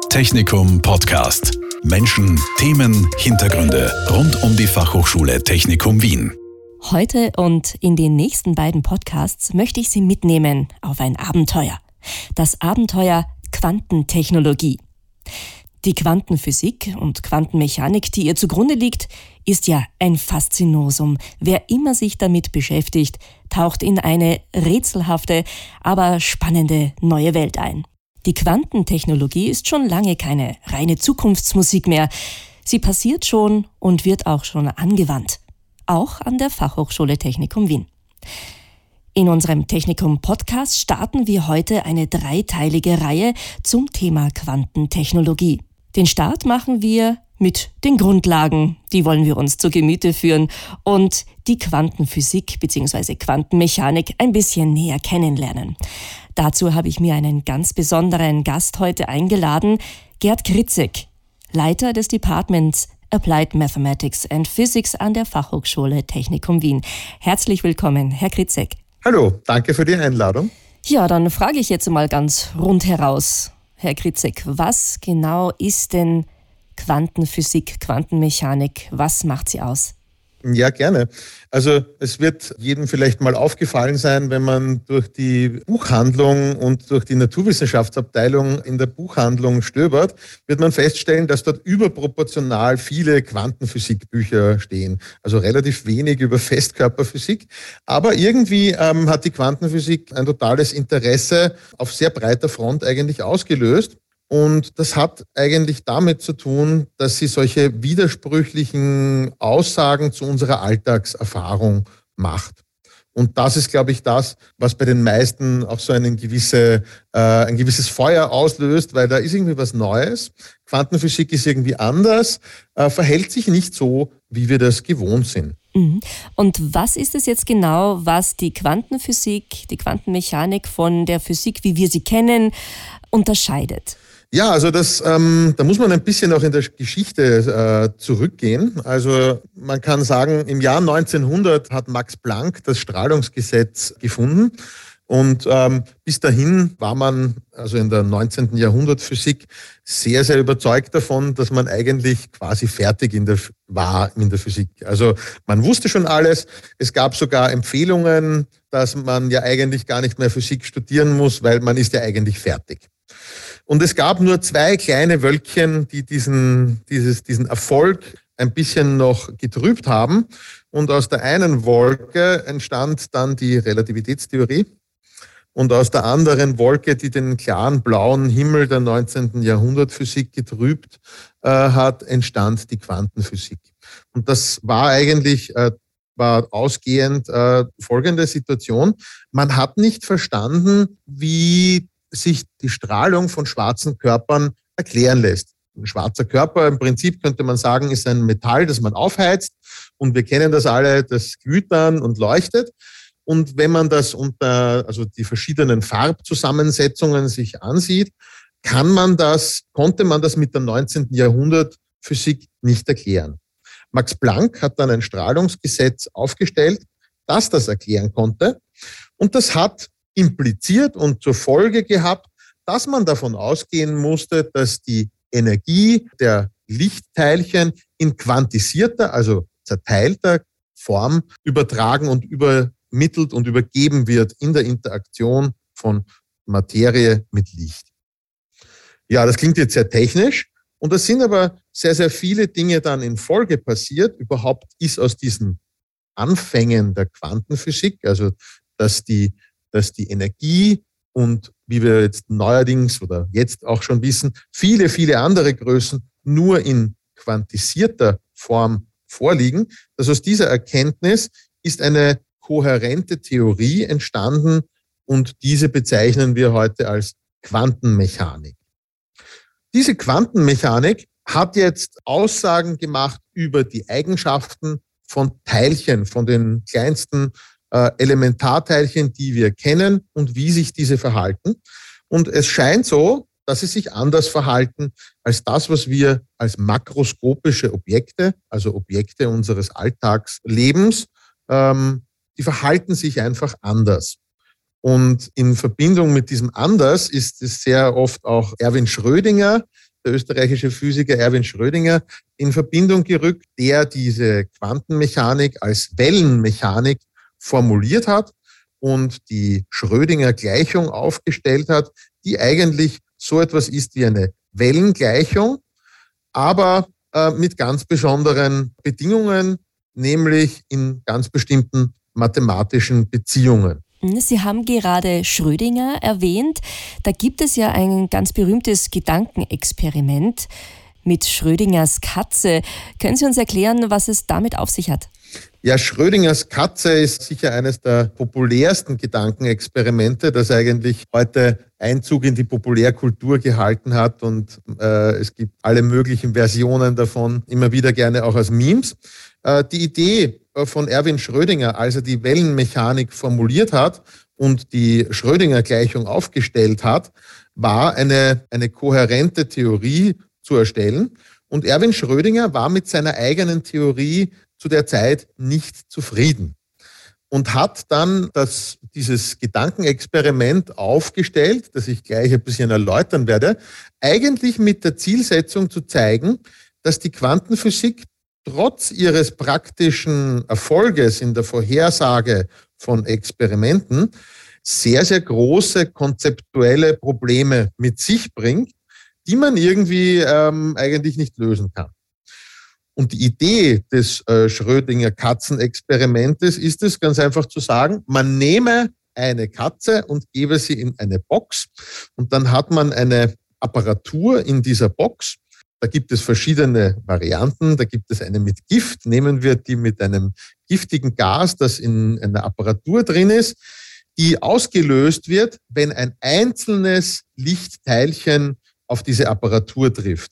Technikum Podcast. Menschen, Themen, Hintergründe rund um die Fachhochschule Technikum Wien. Heute und in den nächsten beiden Podcasts möchte ich Sie mitnehmen auf ein Abenteuer. Das Abenteuer Quantentechnologie. Die Quantenphysik und Quantenmechanik, die ihr zugrunde liegt, ist ja ein Faszinosum. Wer immer sich damit beschäftigt, taucht in eine rätselhafte, aber spannende neue Welt ein. Die Quantentechnologie ist schon lange keine reine Zukunftsmusik mehr. Sie passiert schon und wird auch schon angewandt. Auch an der Fachhochschule Technikum Wien. In unserem Technikum-Podcast starten wir heute eine dreiteilige Reihe zum Thema Quantentechnologie. Den Start machen wir mit den Grundlagen, die wollen wir uns zu Gemüte führen und die Quantenphysik bzw. Quantenmechanik ein bisschen näher kennenlernen. Dazu habe ich mir einen ganz besonderen Gast heute eingeladen, Gerd Kritzek, Leiter des Departments Applied Mathematics and Physics an der Fachhochschule Technikum Wien. Herzlich willkommen, Herr Kritzek. Hallo, danke für die Einladung. Ja, dann frage ich jetzt mal ganz rundheraus, Herr Kritzek, was genau ist denn Quantenphysik, Quantenmechanik? Was macht sie aus? Ja, gerne. Also es wird jedem vielleicht mal aufgefallen sein, wenn man durch die Buchhandlung und durch die Naturwissenschaftsabteilung in der Buchhandlung stöbert, wird man feststellen, dass dort überproportional viele Quantenphysikbücher stehen. Also relativ wenig über Festkörperphysik. Aber irgendwie hat die Quantenphysik ein totales Interesse auf sehr breiter Front eigentlich ausgelöst. Und das hat eigentlich damit zu tun, dass sie solche widersprüchlichen Aussagen zu unserer Alltagserfahrung macht. Und das ist, glaube ich, das, was bei den meisten auch so ein gewisses Feuer auslöst, weil da ist irgendwie was Neues. Quantenphysik ist irgendwie anders, verhält sich nicht so, wie wir das gewohnt sind. Und was ist es jetzt genau, was die Quantenphysik, die Quantenmechanik von der Physik, wie wir sie kennen, unterscheidet? Ja, also da muss man ein bisschen auch in der Geschichte zurückgehen. Also man kann sagen, im Jahr 1900 hat Max Planck das Strahlungsgesetz gefunden. Und bis dahin war man, also in der 19. Jahrhundert Physik, sehr, sehr überzeugt davon, dass man eigentlich quasi fertig war in der Physik. Also man wusste schon alles. Es gab sogar Empfehlungen, dass man ja eigentlich gar nicht mehr Physik studieren muss, weil man ist ja eigentlich fertig. Und es gab nur zwei kleine Wölkchen, die diesen Erfolg ein bisschen noch getrübt haben. Und aus der einen Wolke entstand dann die Relativitätstheorie. Und aus der anderen Wolke, die den klaren blauen Himmel der 19. Jahrhundert-Physik getrübt hat, entstand die Quantenphysik. Und das war eigentlich war ausgehend folgende Situation. Man hat nicht verstanden, wie sich die Strahlung von schwarzen Körpern erklären lässt. Ein schwarzer Körper im Prinzip könnte man sagen, ist ein Metall, das man aufheizt. Und wir kennen das alle, das glüht dann und leuchtet. Und wenn man das also die verschiedenen Farbzusammensetzungen sich ansieht, konnte man das mit der 19. Jahrhundert Physik nicht erklären. Max Planck hat dann ein Strahlungsgesetz aufgestellt, das erklären konnte. Und das hat impliziert und zur Folge gehabt, dass man davon ausgehen musste, dass die Energie der Lichtteilchen in quantisierter, also zerteilter Form übertragen und übermittelt und übergeben wird in der Interaktion von Materie mit Licht. Ja, das klingt jetzt sehr technisch und es sind aber sehr, sehr viele Dinge dann in Folge passiert. Überhaupt ist aus diesen Anfängen der Quantenphysik, also dass die Energie und wie wir jetzt neuerdings oder jetzt auch schon wissen, viele, viele andere Größen nur in quantisierter Form vorliegen, dass aus dieser Erkenntnis ist eine kohärente Theorie entstanden und diese bezeichnen wir heute als Quantenmechanik. Diese Quantenmechanik hat jetzt Aussagen gemacht über die Eigenschaften von Teilchen, von den kleinsten Elementarteilchen, die wir kennen und wie sich diese verhalten. Und es scheint so, dass sie sich anders verhalten als das, was wir als makroskopische Objekte, also Objekte unseres Alltagslebens, die verhalten sich einfach anders. Und in Verbindung mit diesem Anders ist es sehr oft auch Erwin Schrödinger der österreichische Physiker Erwin Schrödinger, in Verbindung gerückt, der diese Quantenmechanik als Wellenmechanik formuliert hat und die Schrödinger-Gleichung aufgestellt hat, die eigentlich so etwas ist wie eine Wellengleichung, aber mit ganz besonderen Bedingungen, nämlich in ganz bestimmten mathematischen Beziehungen. Sie haben gerade Schrödinger erwähnt. Da gibt es ja ein ganz berühmtes Gedankenexperiment mit Schrödingers Katze. Können Sie uns erklären, was es damit auf sich hat? Ja, Schrödingers Katze ist sicher eines der populärsten Gedankenexperimente, das eigentlich heute Einzug in die Populärkultur gehalten hat und es gibt alle möglichen Versionen davon, immer wieder gerne auch als Memes. Die Idee von Erwin Schrödinger, als er die Wellenmechanik formuliert hat und die Schrödinger-Gleichung aufgestellt hat, war eine kohärente Theorie zu erstellen. Und Erwin Schrödinger war mit seiner eigenen Theorie zu der Zeit nicht zufrieden und hat dann dieses Gedankenexperiment aufgestellt, das ich gleich ein bisschen erläutern werde, eigentlich mit der Zielsetzung zu zeigen, dass die Quantenphysik trotz ihres praktischen Erfolges in der Vorhersage von Experimenten sehr, sehr große konzeptuelle Probleme mit sich bringt, die man irgendwie eigentlich nicht lösen kann. Und die Idee des Schrödinger-Katzen-Experimentes ist es, ganz einfach zu sagen, man nehme eine Katze und gebe sie in eine Box und dann hat man eine Apparatur in dieser Box. Da gibt es verschiedene Varianten. Da gibt es eine mit Gift. Nehmen wir die mit einem giftigen Gas, das in einer Apparatur drin ist, die ausgelöst wird, wenn ein einzelnes Lichtteilchen auf diese Apparatur trifft.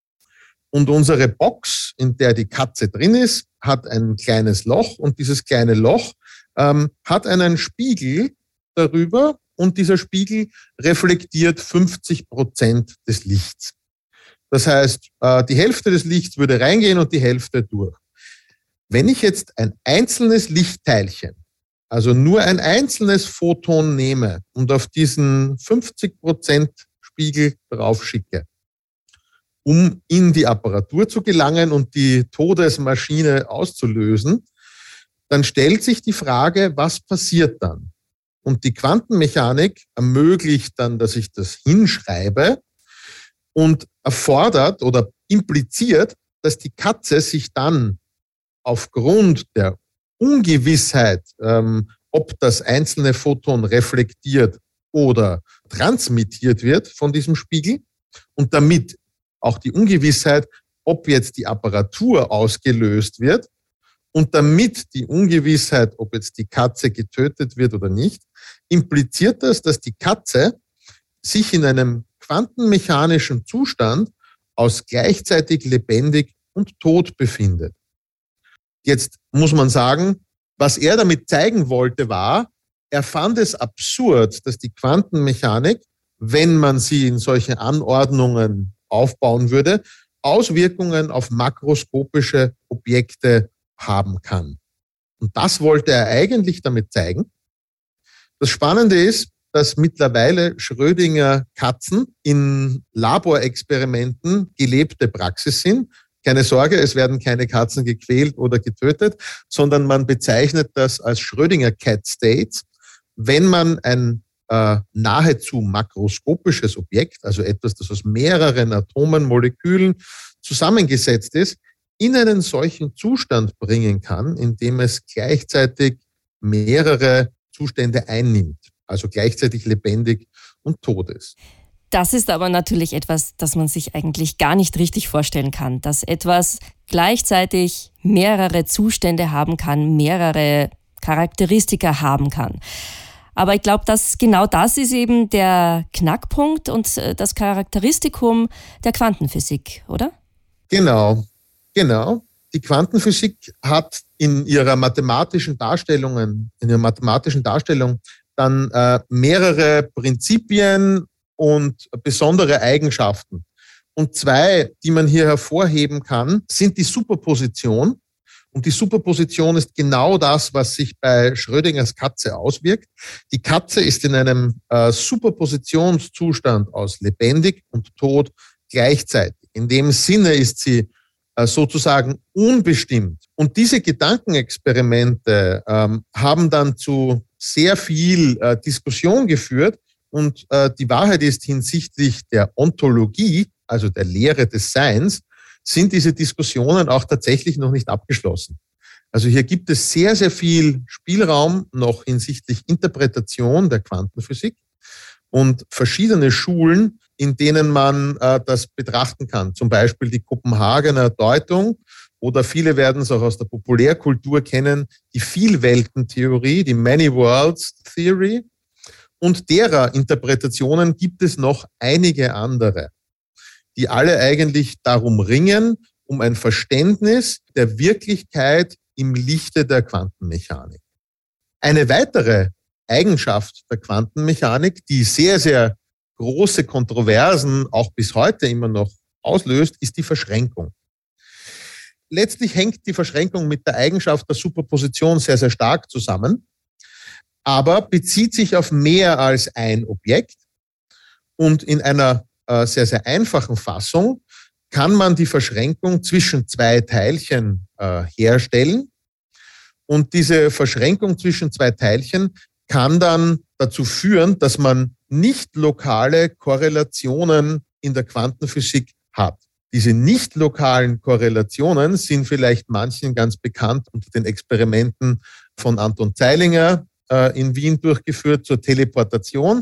Und unsere Box, in der die Katze drin ist, hat ein kleines Loch und dieses kleine Loch hat einen Spiegel darüber und dieser Spiegel reflektiert 50% des Lichts. Das heißt, die Hälfte des Lichts würde reingehen und die Hälfte durch. Wenn ich jetzt ein einzelnes Lichtteilchen, also nur ein einzelnes Photon nehme und auf diesen 50% Spiegel drauf schicke, um in die Apparatur zu gelangen und die Todesmaschine auszulösen, dann stellt sich die Frage, was passiert dann? Und die Quantenmechanik ermöglicht dann, dass ich das hinschreibe und erfordert oder impliziert, dass die Katze sich dann aufgrund der Ungewissheit, ob das einzelne Photon reflektiert oder transmittiert wird von diesem Spiegel und damit auch die Ungewissheit, ob jetzt die Apparatur ausgelöst wird und damit die Ungewissheit, ob jetzt die Katze getötet wird oder nicht, impliziert das, dass die Katze sich in einem quantenmechanischen Zustand aus gleichzeitig lebendig und tot befindet. Jetzt muss man sagen, was er damit zeigen wollte, war, er fand es absurd, dass die Quantenmechanik, wenn man sie in solche Anordnungen aufbauen würde, Auswirkungen auf makroskopische Objekte haben kann. Und das wollte er eigentlich damit zeigen. Das Spannende ist, dass mittlerweile Schrödinger-Katzen in Laborexperimenten gelebte Praxis sind. Keine Sorge, es werden keine Katzen gequält oder getötet, sondern man bezeichnet das als Schrödinger-Cat-States, wenn man ein nahezu makroskopisches Objekt, also etwas, das aus mehreren Atomen, Molekülen zusammengesetzt ist, in einen solchen Zustand bringen kann, in dem es gleichzeitig mehrere Zustände einnimmt, also gleichzeitig lebendig und tot ist. Das ist aber natürlich etwas, das man sich eigentlich gar nicht richtig vorstellen kann, dass etwas gleichzeitig mehrere Zustände haben kann, mehrere Charakteristika haben kann. Aber ich glaube, dass genau das ist eben der Knackpunkt und das Charakteristikum der Quantenphysik, oder? Genau. Die Quantenphysik hat in ihrer mathematischen Darstellung dann mehrere Prinzipien und besondere Eigenschaften. Und zwei, die man hier hervorheben kann, sind die Superposition. Und die Superposition ist genau das, was sich bei Schrödingers Katze auswirkt. Die Katze ist in einem Superpositionszustand aus lebendig und tot gleichzeitig. In dem Sinne ist sie sozusagen unbestimmt. Und diese Gedankenexperimente haben dann zu sehr viel Diskussion geführt. Und die Wahrheit ist, hinsichtlich der Ontologie, also der Lehre des Seins, sind diese Diskussionen auch tatsächlich noch nicht abgeschlossen. Also hier gibt es sehr, sehr viel Spielraum noch hinsichtlich Interpretation der Quantenphysik und verschiedene Schulen, in denen man das betrachten kann. Zum Beispiel die Kopenhagener Deutung oder viele werden es auch aus der Populärkultur kennen, die Vielweltentheorie, die Many Worlds Theory. Und derer Interpretationen gibt es noch einige andere, die alle eigentlich darum ringen, um ein Verständnis der Wirklichkeit im Lichte der Quantenmechanik. Eine weitere Eigenschaft der Quantenmechanik, die sehr, sehr große Kontroversen auch bis heute immer noch auslöst, ist die Verschränkung. Letztlich hängt die Verschränkung mit der Eigenschaft der Superposition sehr, sehr stark zusammen, aber bezieht sich auf mehr als ein Objekt. Und in einer sehr, sehr einfachen Fassung kann man die Verschränkung zwischen zwei Teilchen herstellen. Und diese Verschränkung zwischen zwei Teilchen kann dann dazu führen, dass man nicht lokale Korrelationen in der Quantenphysik hat. Diese nicht lokalen Korrelationen sind vielleicht manchen ganz bekannt unter den Experimenten von Anton Zeilinger in Wien durchgeführt zur Teleportation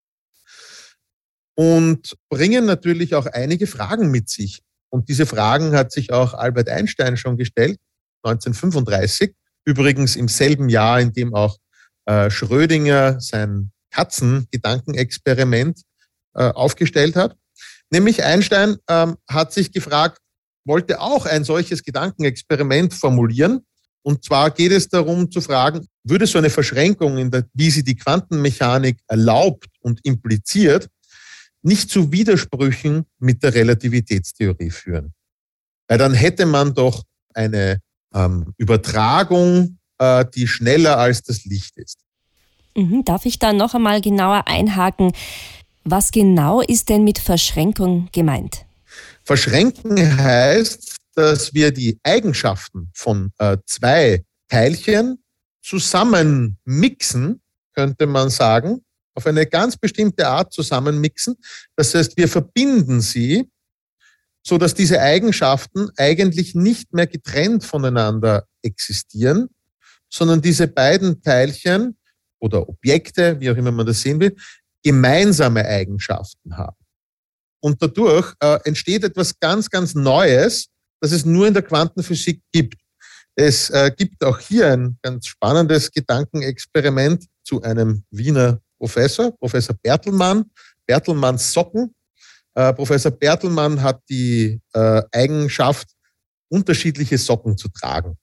und bringen natürlich auch einige Fragen mit sich. Und diese Fragen hat sich auch Albert Einstein schon gestellt, 1935, übrigens im selben Jahr, in dem auch Schrödinger sein Katzengedankenexperiment aufgestellt hat. Nämlich Einstein hat sich gefragt, wollte auch ein solches Gedankenexperiment formulieren. Und zwar geht es darum zu fragen, würde so eine Verschränkung, wie sie die Quantenmechanik erlaubt und impliziert, nicht zu Widersprüchen mit der Relativitätstheorie führen? Weil dann hätte man doch eine Übertragung, die schneller als das Licht ist. Darf ich da noch einmal genauer einhaken? Was genau ist denn mit Verschränkung gemeint? Verschränken heißt, dass wir die Eigenschaften von zwei Teilchen zusammen mixen, könnte man sagen, auf eine ganz bestimmte Art zusammenmixen. Das heißt, wir verbinden sie, so dass diese Eigenschaften eigentlich nicht mehr getrennt voneinander existieren, sondern diese beiden Teilchen oder Objekte, wie auch immer man das sehen will, gemeinsame Eigenschaften haben. Und dadurch entsteht etwas ganz, ganz Neues, das es nur in der Quantenphysik gibt. Es gibt auch hier ein ganz spannendes Gedankenexperiment zu einem Wiener Professor Bertelmann, Bertelmanns Socken. Professor Bertelmann hat die Eigenschaft, unterschiedliche Socken zu tragen.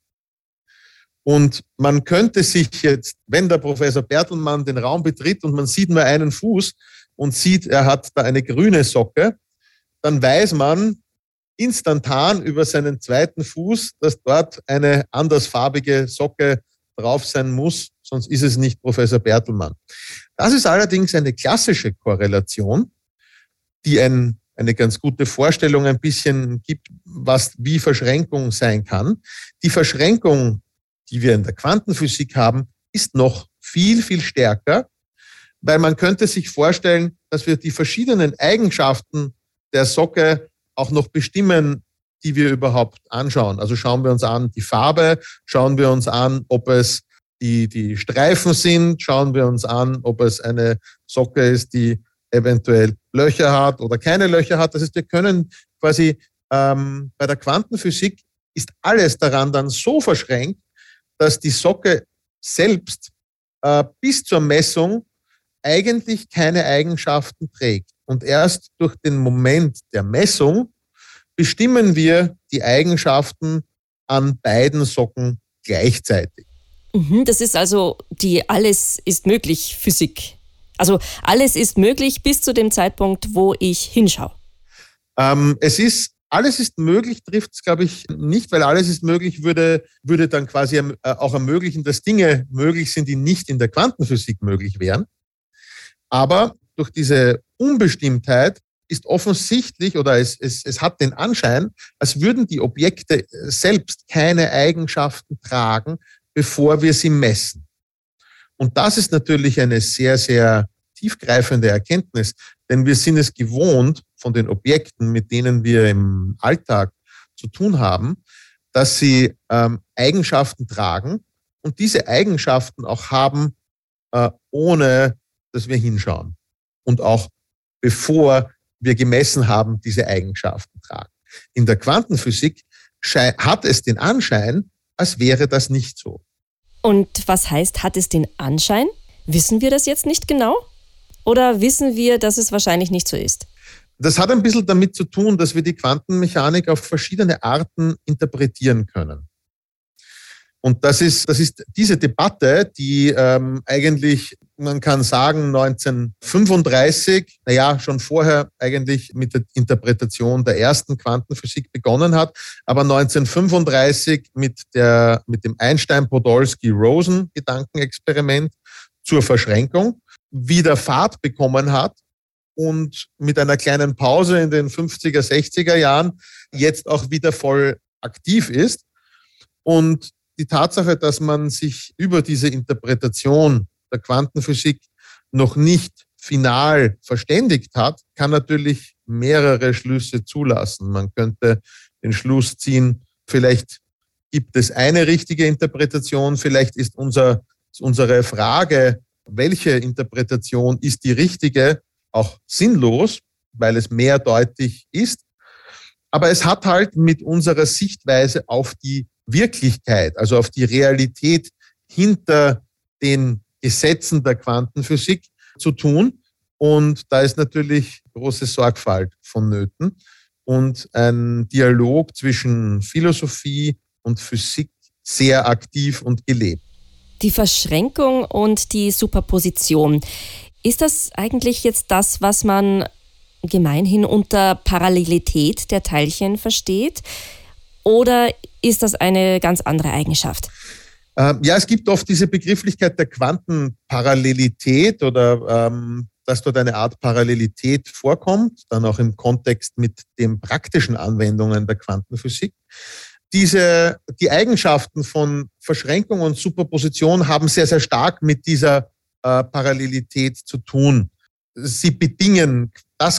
Und man könnte sich jetzt, wenn der Professor Bertelmann den Raum betritt und man sieht nur einen Fuß und sieht, er hat da eine grüne Socke, dann weiß man instantan über seinen zweiten Fuß, dass dort eine andersfarbige Socke drauf sein muss, sonst ist es nicht Professor Bertelmann. Das ist allerdings eine klassische Korrelation, die eine ganz gute Vorstellung ein bisschen gibt, wie Verschränkung sein kann. Die Verschränkung, die wir in der Quantenphysik haben, ist noch viel, viel stärker, weil man könnte sich vorstellen, dass wir die verschiedenen Eigenschaften der Socke auch noch bestimmen, die wir überhaupt anschauen. Also schauen wir uns an die Farbe, schauen wir uns an, ob es die Streifen sind, schauen wir uns an, ob es eine Socke ist, die eventuell Löcher hat oder keine Löcher hat. Das heißt, wir können quasi bei der Quantenphysik ist alles daran dann so verschränkt, dass die Socke selbst bis zur Messung eigentlich keine Eigenschaften trägt. Und erst durch den Moment der Messung bestimmen wir die Eigenschaften an beiden Socken gleichzeitig. Das ist also die Alles ist möglich Physik. Also alles ist möglich bis zu dem Zeitpunkt, wo ich hinschaue. Alles ist möglich, trifft es, glaube ich, nicht, weil alles ist möglich würde dann quasi auch ermöglichen, dass Dinge möglich sind, die nicht in der Quantenphysik möglich wären. Aber durch diese Unbestimmtheit ist offensichtlich oder es hat den Anschein, als würden die Objekte selbst keine Eigenschaften tragen, bevor wir sie messen. Und das ist natürlich eine sehr, sehr tiefgreifende Erkenntnis, denn wir sind es gewohnt von den Objekten, mit denen wir im Alltag zu tun haben, dass sie Eigenschaften tragen und diese Eigenschaften auch haben, ohne dass wir hinschauen. Und auch bevor wir gemessen haben, diese Eigenschaften tragen. In der Quantenphysik hat es den Anschein, als wäre das nicht so. Und was heißt, hat es den Anschein? Wissen wir das jetzt nicht genau? Oder wissen wir, dass es wahrscheinlich nicht so ist? Das hat ein bisschen damit zu tun, dass wir die Quantenmechanik auf verschiedene Arten interpretieren können. Und das ist diese Debatte, die eigentlich, man kann sagen, 1935, schon vorher eigentlich mit der Interpretation der ersten Quantenphysik begonnen hat, aber 1935 mit dem Einstein-Podolsky-Rosen-Gedankenexperiment zur Verschränkung wieder Fahrt bekommen hat und mit einer kleinen Pause in den 50er, 60er Jahren jetzt auch wieder voll aktiv ist. Und die Tatsache, dass man sich über diese Interpretation der Quantenphysik noch nicht final verständigt hat, kann natürlich mehrere Schlüsse zulassen. Man könnte den Schluss ziehen, vielleicht gibt es eine richtige Interpretation, vielleicht ist unsere Frage, welche Interpretation ist die richtige, auch sinnlos, weil es mehrdeutig ist. Aber es hat halt mit unserer Sichtweise auf die Wirklichkeit, also auf die Realität hinter den Gesetzen der Quantenphysik zu tun. Und da ist natürlich große Sorgfalt vonnöten und ein Dialog zwischen Philosophie und Physik sehr aktiv und gelebt. Die Verschränkung und die Superposition. Ist das eigentlich jetzt das, was man gemeinhin unter Parallelität der Teilchen versteht? Oder ist das eine ganz andere Eigenschaft? Es gibt oft diese Begrifflichkeit der Quantenparallelität oder dass dort eine Art Parallelität vorkommt, dann auch im Kontext mit den praktischen Anwendungen der Quantenphysik. Die Eigenschaften von Verschränkung und Superposition haben sehr, sehr stark mit dieser Parallelität zu tun. Sie bedingen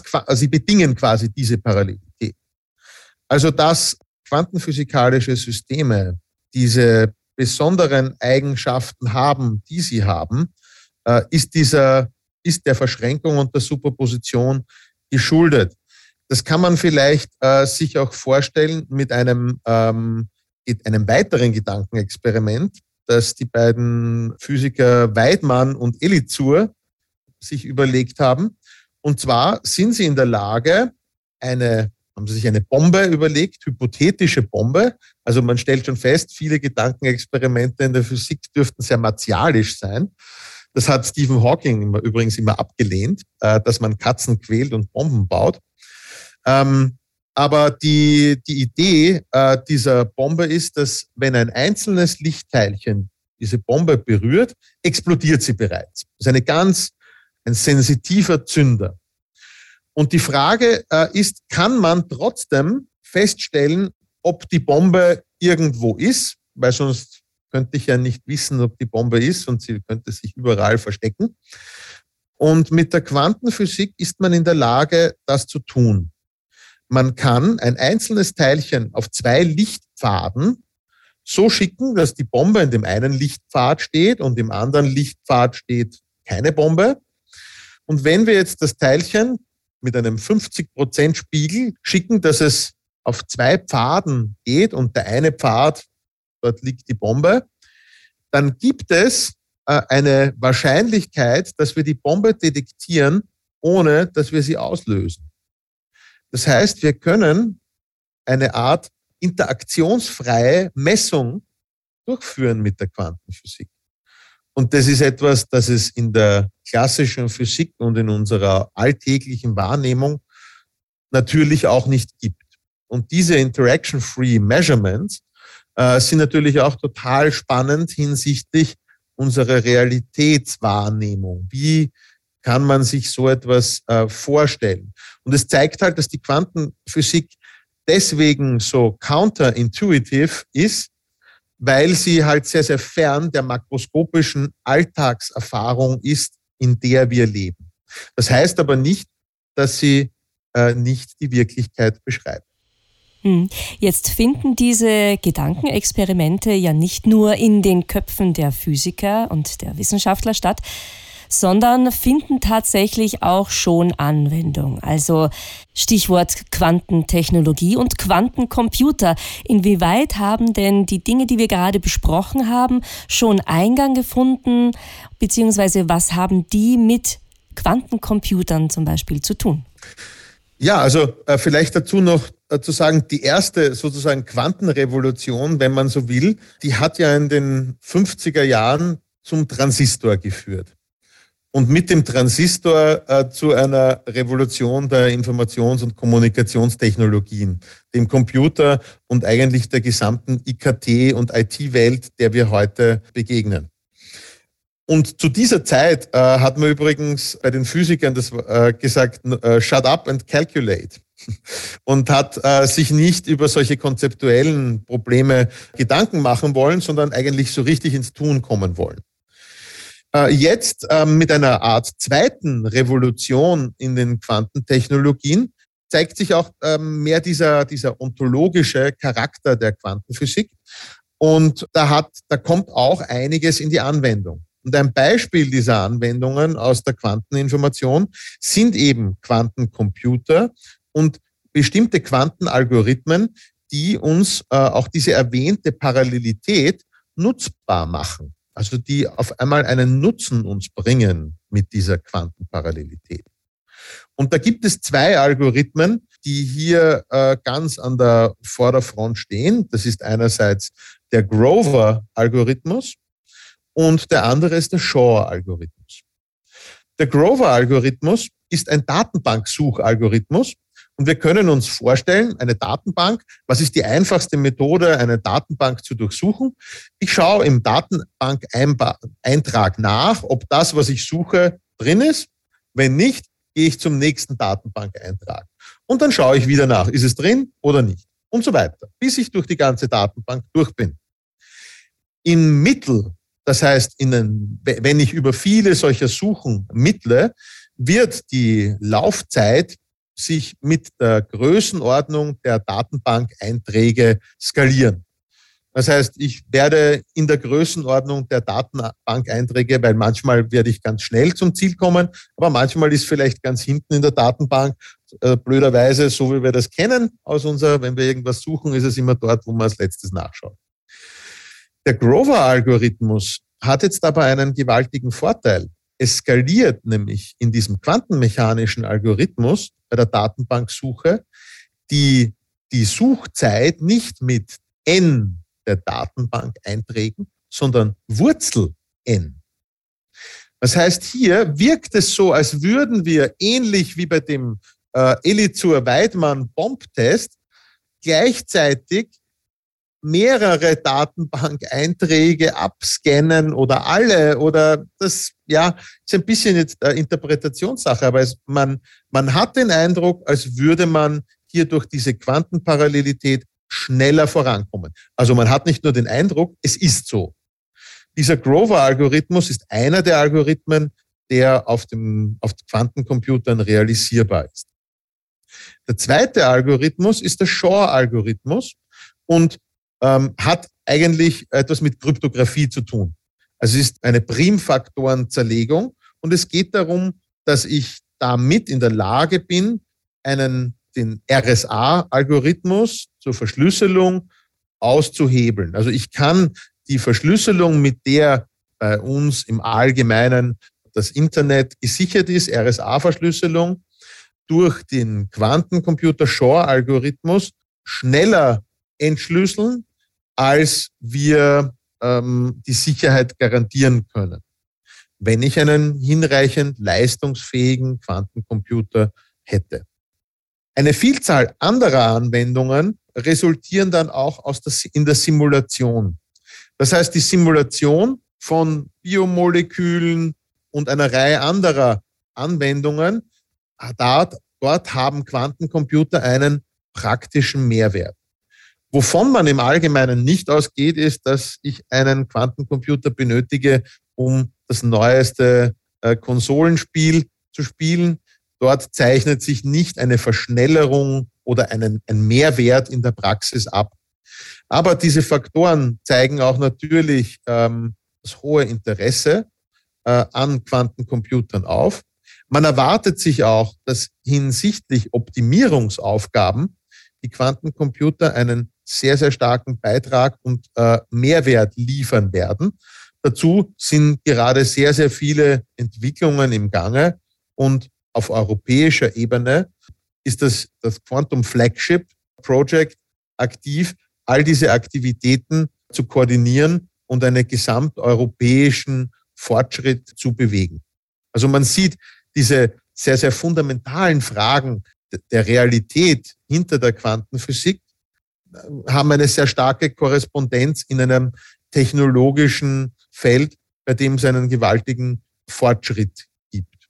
quasi diese Parallelität. Also dass quantenphysikalische Systeme diese besonderen Eigenschaften haben, die sie haben, ist der Verschränkung und der Superposition geschuldet. Das kann man vielleicht sich auch vorstellen mit einem weiteren Gedankenexperiment, das die beiden Physiker Weidmann und Elizur sich überlegt haben. Und zwar sind sie in der Lage, haben sie sich eine Bombe überlegt, hypothetische Bombe. Also man stellt schon fest, viele Gedankenexperimente in der Physik dürften sehr martialisch sein. Das hat Stephen Hawking übrigens immer abgelehnt, dass man Katzen quält und Bomben baut. Aber die Idee dieser Bombe ist, dass wenn ein einzelnes Lichtteilchen diese Bombe berührt, explodiert sie bereits. Das ist ein sensitiver Zünder. Und die Frage ist, kann man trotzdem feststellen, ob die Bombe irgendwo ist, weil sonst könnte ich ja nicht wissen, ob die Bombe ist und sie könnte sich überall verstecken. Und mit der Quantenphysik ist man in der Lage, das zu tun. Man kann ein einzelnes Teilchen auf 2 Lichtpfaden so schicken, dass die Bombe in dem einen Lichtpfad steht und im anderen Lichtpfad steht keine Bombe. Und wenn wir jetzt das Teilchen mit einem 50% Spiegel schicken, dass es auf 2 Pfaden geht und der eine Pfad, dort liegt die Bombe, dann gibt es eine Wahrscheinlichkeit, dass wir die Bombe detektieren, ohne dass wir sie auslösen. Das heißt, wir können eine Art interaktionsfreie Messung durchführen mit der Quantenphysik. Und das ist etwas, das es in der klassischen Physik und in unserer alltäglichen Wahrnehmung natürlich auch nicht gibt. Und diese Interaction-Free Measurements sind natürlich auch total spannend hinsichtlich unserer Realitätswahrnehmung. Wie kann man sich so etwas vorstellen. Und es zeigt halt, dass die Quantenphysik deswegen so counterintuitive ist, weil sie halt sehr, sehr fern der makroskopischen Alltagserfahrung ist, in der wir leben. Das heißt aber nicht, dass sie nicht die Wirklichkeit beschreibt. Jetzt finden diese Gedankenexperimente ja nicht nur in den Köpfen der Physiker und der Wissenschaftler statt, sondern finden tatsächlich auch schon Anwendung. Also Stichwort Quantentechnologie und Quantencomputer. Inwieweit haben denn die Dinge, die wir gerade besprochen haben, schon Eingang gefunden, beziehungsweise was haben die mit Quantencomputern zum Beispiel zu tun? Ja, also vielleicht dazu noch zu sagen, die erste sozusagen Quantenrevolution, wenn man so will, die hat ja in den 50er Jahren zum Transistor geführt. Und mit dem Transistor zu einer Revolution der Informations- und Kommunikationstechnologien, dem Computer und eigentlich der gesamten IKT- und IT-Welt, der wir heute begegnen. Und zu dieser Zeit hat man übrigens bei den Physikern das gesagt, shut up and calculate. Und hat sich nicht über solche konzeptuellen Probleme Gedanken machen wollen, sondern eigentlich so richtig ins Tun kommen wollen. Jetzt mit einer Art zweiten Revolution in den Quantentechnologien zeigt sich auch mehr dieser ontologische Charakter der Quantenphysik. Und da kommt auch einiges in die Anwendung. Und ein Beispiel dieser Anwendungen aus der Quanteninformation sind eben Quantencomputer und bestimmte Quantenalgorithmen, die uns auch diese erwähnte Parallelität nutzbar machen. Also die auf einmal einen Nutzen uns bringen mit dieser Quantenparallelität. Und da gibt es zwei Algorithmen, die hier ganz an der Vorderfront stehen. Das ist einerseits der Grover-Algorithmus und der andere ist der Shor-Algorithmus. Der Grover-Algorithmus ist ein Datenbanksuchalgorithmus. Und wir können uns vorstellen, eine Datenbank, was ist die einfachste Methode, eine Datenbank zu durchsuchen? Ich schaue im Datenbankeintrag nach, ob das, was ich suche, drin ist. Wenn nicht, gehe ich zum nächsten Datenbankeintrag. Und dann schaue ich wieder nach, ist es drin oder nicht? Und so weiter, bis ich durch die ganze Datenbank durch bin. Im Mittel, das heißt, wenn ich über viele solcher Suchen mittle, wird die Laufzeit sich mit der Größenordnung der Datenbankeinträge skalieren. Das heißt, ich werde in der Größenordnung der Datenbankeinträge, weil manchmal werde ich ganz schnell zum Ziel kommen, aber manchmal ist vielleicht ganz hinten in der Datenbank, blöderweise, so wie wir das kennen wenn wir irgendwas suchen, ist es immer dort, wo man als letztes nachschaut. Der Grover-Algorithmus hat jetzt aber einen gewaltigen Vorteil. Es skaliert nämlich in diesem quantenmechanischen Algorithmus bei der Datenbanksuche die Suchzeit nicht mit n der Datenbankeinträgen, sondern Wurzel n. Das heißt, hier wirkt es so, als würden wir ähnlich wie bei dem Elizur-Weidmann-Bomb-Test gleichzeitig mehrere Datenbankeinträge abscannen oder alle oder das ist ein bisschen jetzt Interpretationssache, aber man hat den Eindruck, als würde man hier durch diese Quantenparallelität schneller vorankommen. Also man hat nicht nur den Eindruck, es ist so. Dieser Grover-Algorithmus ist einer der Algorithmen, der auf Quantencomputern realisierbar ist. Der zweite Algorithmus ist der Shor-Algorithmus und hat eigentlich etwas mit Kryptographie zu tun. Also es ist eine Primfaktorenzerlegung und es geht darum, dass ich damit in der Lage bin, den RSA-Algorithmus zur Verschlüsselung auszuhebeln. Also ich kann die Verschlüsselung, mit der bei uns im Allgemeinen das Internet gesichert ist, RSA-Verschlüsselung, durch den Quantencomputer-Shor-Algorithmus schneller entschlüsseln, als wir die Sicherheit garantieren können, wenn ich einen hinreichend leistungsfähigen Quantencomputer hätte. Eine Vielzahl anderer Anwendungen resultieren dann auch in der Simulation. Das heißt, die Simulation von Biomolekülen und einer Reihe anderer Anwendungen, dort haben Quantencomputer einen praktischen Mehrwert. Wovon man im Allgemeinen nicht ausgeht, ist, dass ich einen Quantencomputer benötige, um das neueste Konsolenspiel zu spielen. Dort zeichnet sich nicht eine Verschnellerung oder ein Mehrwert in der Praxis ab. Aber diese Faktoren zeigen auch natürlich das hohe Interesse an Quantencomputern auf. Man erwartet sich auch, dass hinsichtlich Optimierungsaufgaben die Quantencomputer einen sehr, sehr starken Beitrag und Mehrwert liefern werden. Dazu sind gerade sehr, sehr viele Entwicklungen im Gange und auf europäischer Ebene ist das Quantum Flagship Project aktiv, all diese Aktivitäten zu koordinieren und einen gesamteuropäischen Fortschritt zu bewegen. Also man sieht diese sehr, sehr fundamentalen Fragen der Realität hinter der Quantenphysik haben eine sehr starke Korrespondenz in einem technologischen Feld, bei dem es einen gewaltigen Fortschritt gibt.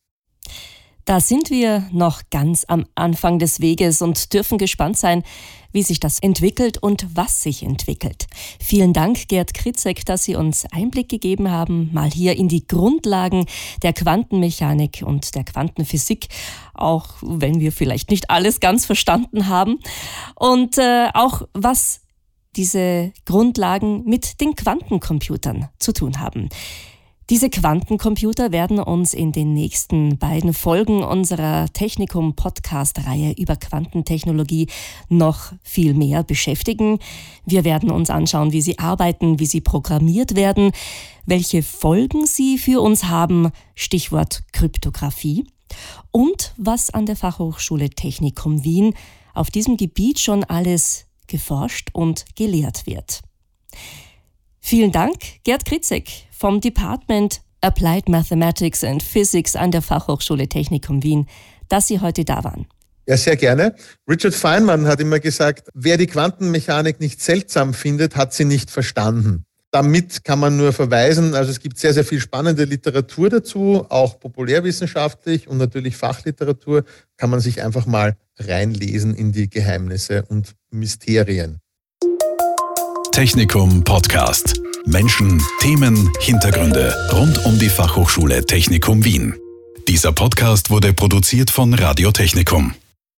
Da sind wir noch ganz am Anfang des Weges und dürfen gespannt sein, wie sich das entwickelt und was sich entwickelt. Vielen Dank, Gerd Kritzek, dass Sie uns Einblick gegeben haben, mal hier in die Grundlagen der Quantenmechanik und der Quantenphysik, auch wenn wir vielleicht nicht alles ganz verstanden haben. Und auch was diese Grundlagen mit den Quantencomputern zu tun haben. Diese Quantencomputer werden uns in den nächsten beiden Folgen unserer Technikum-Podcast-Reihe über Quantentechnologie noch viel mehr beschäftigen. Wir werden uns anschauen, wie sie arbeiten, wie sie programmiert werden, welche Folgen sie für uns haben, Stichwort Kryptographie, und was an der Fachhochschule Technikum Wien auf diesem Gebiet schon alles geforscht und gelehrt wird. Vielen Dank, Gerd Kritzek vom Department Applied Mathematics and Physics an der Fachhochschule Technikum Wien, dass Sie heute da waren. Ja, sehr gerne. Richard Feynman hat immer gesagt, wer die Quantenmechanik nicht seltsam findet, hat sie nicht verstanden. Damit kann man nur verweisen, also es gibt sehr, sehr viel spannende Literatur dazu, auch populärwissenschaftlich und natürlich Fachliteratur, kann man sich einfach mal reinlesen in die Geheimnisse und Mysterien. Technikum Podcast. Menschen, Themen, Hintergründe rund um die Fachhochschule Technikum Wien. Dieser Podcast wurde produziert von Radio Technikum.